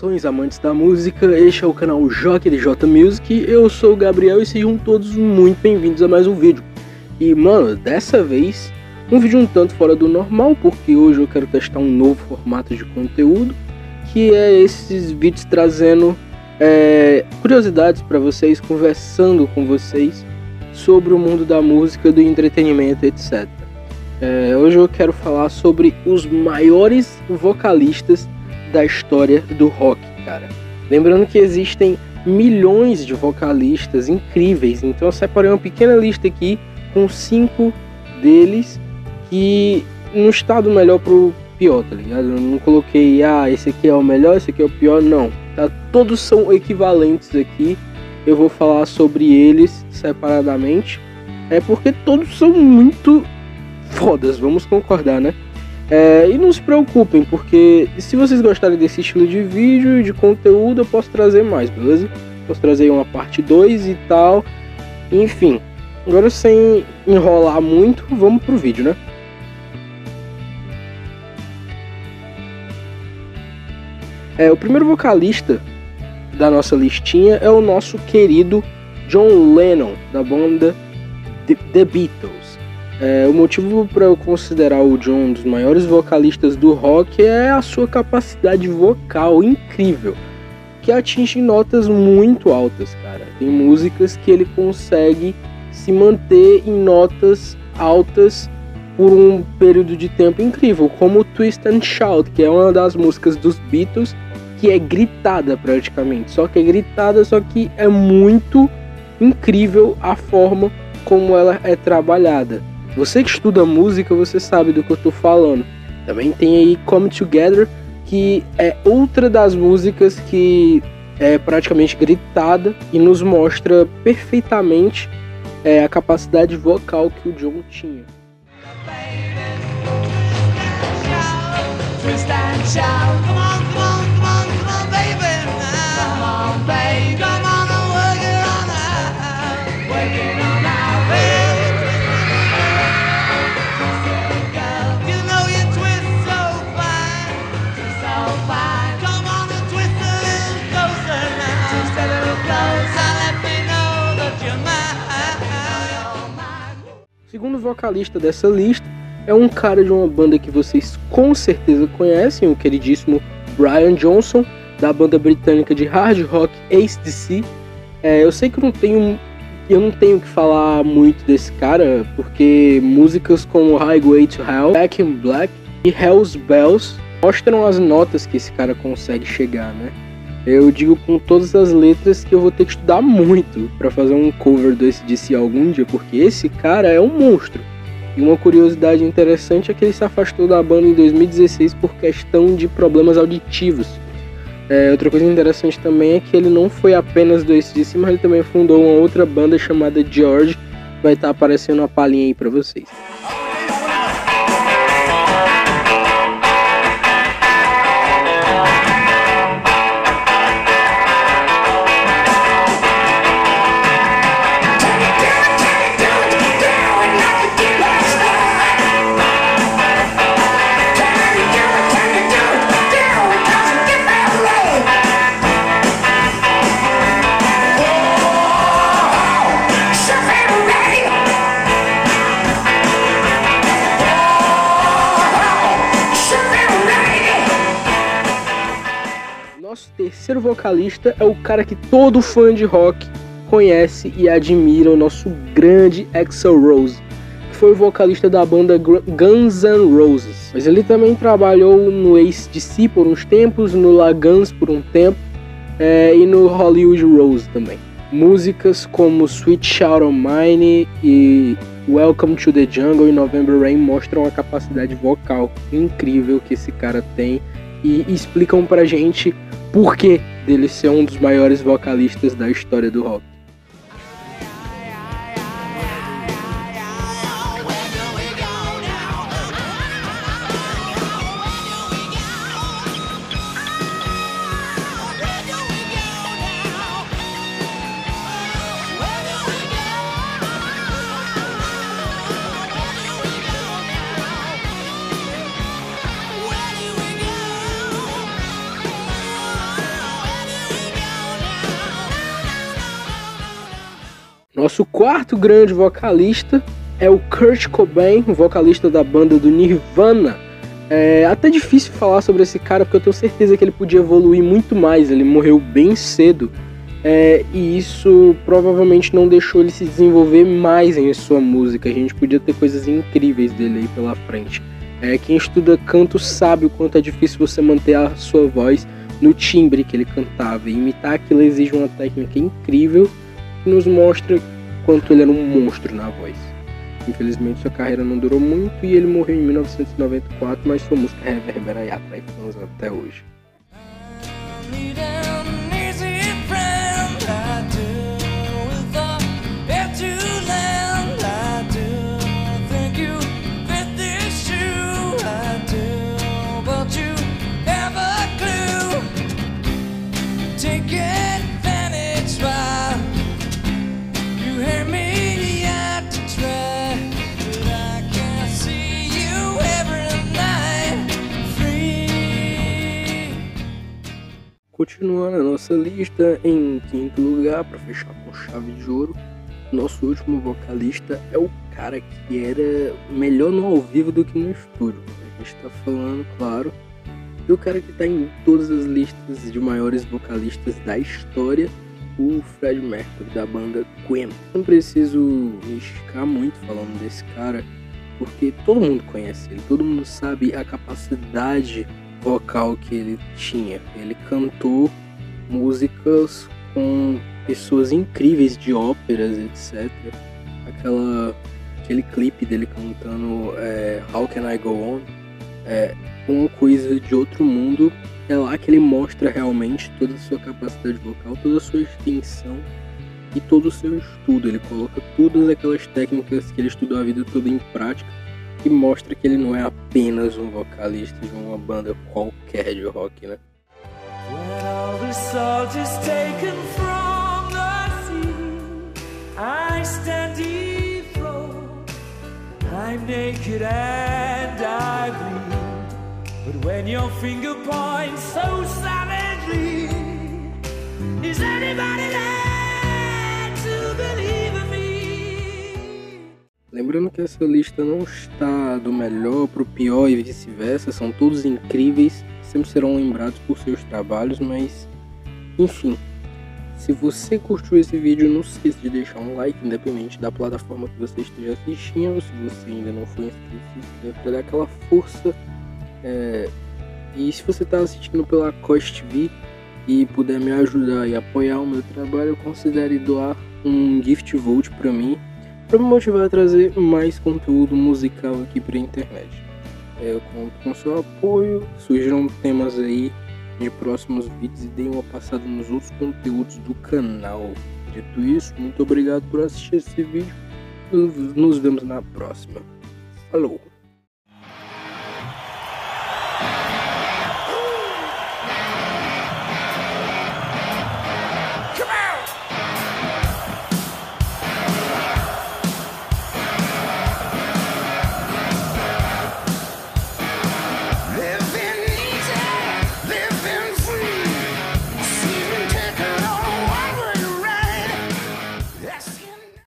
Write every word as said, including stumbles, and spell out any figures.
Saudações amantes da música, este é o canal Jockey D J Music, eu sou o Gabriel e sejam todos muito bem-vindos a mais um vídeo. E mano, dessa vez, um vídeo um tanto fora do normal, porque hoje eu quero testar um novo formato de conteúdo, que é esses vídeos trazendo é, curiosidades para vocês, conversando com vocês sobre o mundo da música, do entretenimento, etcétera. É, hoje eu quero falar sobre os maiores vocalistas da história do rock, cara. Lembrando que existem milhões de vocalistas incríveis, então eu separei uma pequena lista aqui com cinco deles que não está do melhor pro pior, tá ligado? Eu não coloquei, ah, esse aqui é o melhor, esse aqui é o pior, não. Tá? Todos são equivalentes aqui, eu vou falar sobre eles separadamente, é porque todos são muito fodas, vamos concordar, né? É, e não se preocupem, porque se vocês gostarem desse estilo de vídeo e de conteúdo, eu posso trazer mais, beleza? Posso trazer uma parte dois e tal. Enfim, agora sem enrolar muito, vamos pro vídeo, né? É, o primeiro vocalista da nossa listinha é o nosso querido John Lennon, da banda The Beatles. É, o motivo para eu considerar o John um dos maiores vocalistas do rock é a sua capacidade vocal incrível, que atinge notas muito altas, cara. Tem músicas que ele consegue se manter em notas altas por um período de tempo incrível, como Twist and Shout, que é uma das músicas dos Beatles que é gritada praticamente, só que é gritada, só que é muito incrível a forma como ela é trabalhada. Você que estuda música, você sabe do que eu tô falando. Também tem aí Come Together, que é outra das músicas que é praticamente gritada e nos mostra perfeitamente é, a capacidade vocal que o John tinha. O segundo vocalista dessa lista é um cara de uma banda que vocês com certeza conhecem, o queridíssimo Brian Johnson, da banda britânica de hard rock A C D C. É, eu sei que eu não tenho eu não tenho que falar muito desse cara, porque músicas como Highway to Hell, Back in Black e Hell's Bells mostram as notas que esse cara consegue chegar, né? Eu digo com todas as letras que eu vou ter que estudar muito para fazer um cover do A C D C algum dia, porque esse cara é um monstro. E uma curiosidade interessante é que ele se afastou da banda em dois mil e dezesseis por questão de problemas auditivos. É, outra coisa interessante também é que ele não foi apenas do A C D C, mas ele também fundou uma outra banda chamada George. Vai estar aparecendo uma palhinha aí para vocês. Nosso terceiro vocalista é o cara que todo fã de rock conhece e admira, o nosso grande Axl Rose, que foi o vocalista da banda Guns N' Roses. Mas ele também trabalhou no A C D C por uns tempos, no La Guns por um tempo é, e no Hollywood Rose também. Músicas como Sweet Child O' Mine e Welcome to the Jungle e November Rain mostram a capacidade vocal incrível que esse cara tem e explicam pra gente por que dele ser um dos maiores vocalistas da história do rock. Nosso quarto grande vocalista é o Kurt Cobain, vocalista da banda do Nirvana. É até difícil falar sobre esse cara, porque eu tenho certeza que ele podia evoluir muito mais. Ele morreu bem cedo, é, e isso provavelmente não deixou ele se desenvolver mais em sua música. A gente podia ter coisas incríveis dele aí pela frente. É, quem estuda canto sabe o quanto é difícil você manter a sua voz no timbre que ele cantava. E imitar aquilo exige uma técnica incrível que nos mostra quanto ele era um monstro na voz. Infelizmente sua carreira não durou muito e ele morreu em mil novecentos e noventa e quatro, mas sua música reverbera e atrai fãs até hoje. Continuando a nossa lista, em quinto lugar, para fechar com chave de ouro, nosso último vocalista é o cara que era melhor no ao vivo do que no estúdio. A gente está falando, claro, do cara que está em todas as listas de maiores vocalistas da história, o Fred Mercury, da banda Queen. Não preciso me esticar muito falando desse cara, porque todo mundo conhece ele, todo mundo sabe a capacidade vocal que ele tinha. Ele cantou músicas com pessoas incríveis de óperas, etcétera. Aquela, aquele clipe dele cantando é, How Can I Go On é uma coisa de outro mundo. É lá que ele mostra realmente toda a sua capacidade vocal, toda a sua extensão e todo o seu estudo. Ele coloca todas aquelas técnicas que ele estudou a vida toda em prática e mostra que ele não é apenas um vocalista de uma banda qualquer de rock, né? When all the salt is taken from the sea, I stand defloat. I'm naked and I bleed. But when your finger points so savagely, is anybody there to believe in me? Lembrando que essa lista não está do melhor para o pior e vice-versa, são todos incríveis, sempre serão lembrados por seus trabalhos, mas enfim, se você curtiu esse vídeo, não se esqueça de deixar um like, independente da plataforma que você esteja assistindo. Se você ainda não for inscrito, se inscreva para dar aquela força. É... E se você está assistindo pela Cost T V e puder me ajudar e apoiar o meu trabalho, considere doar um gift vote para mim, para me motivar a trazer mais conteúdo musical aqui para a internet. Eu conto com seu apoio, sugiram temas aí de próximos vídeos e deem uma passada nos outros conteúdos do canal. Dito isso, muito obrigado por assistir esse vídeo. Nos vemos na próxima. Falou!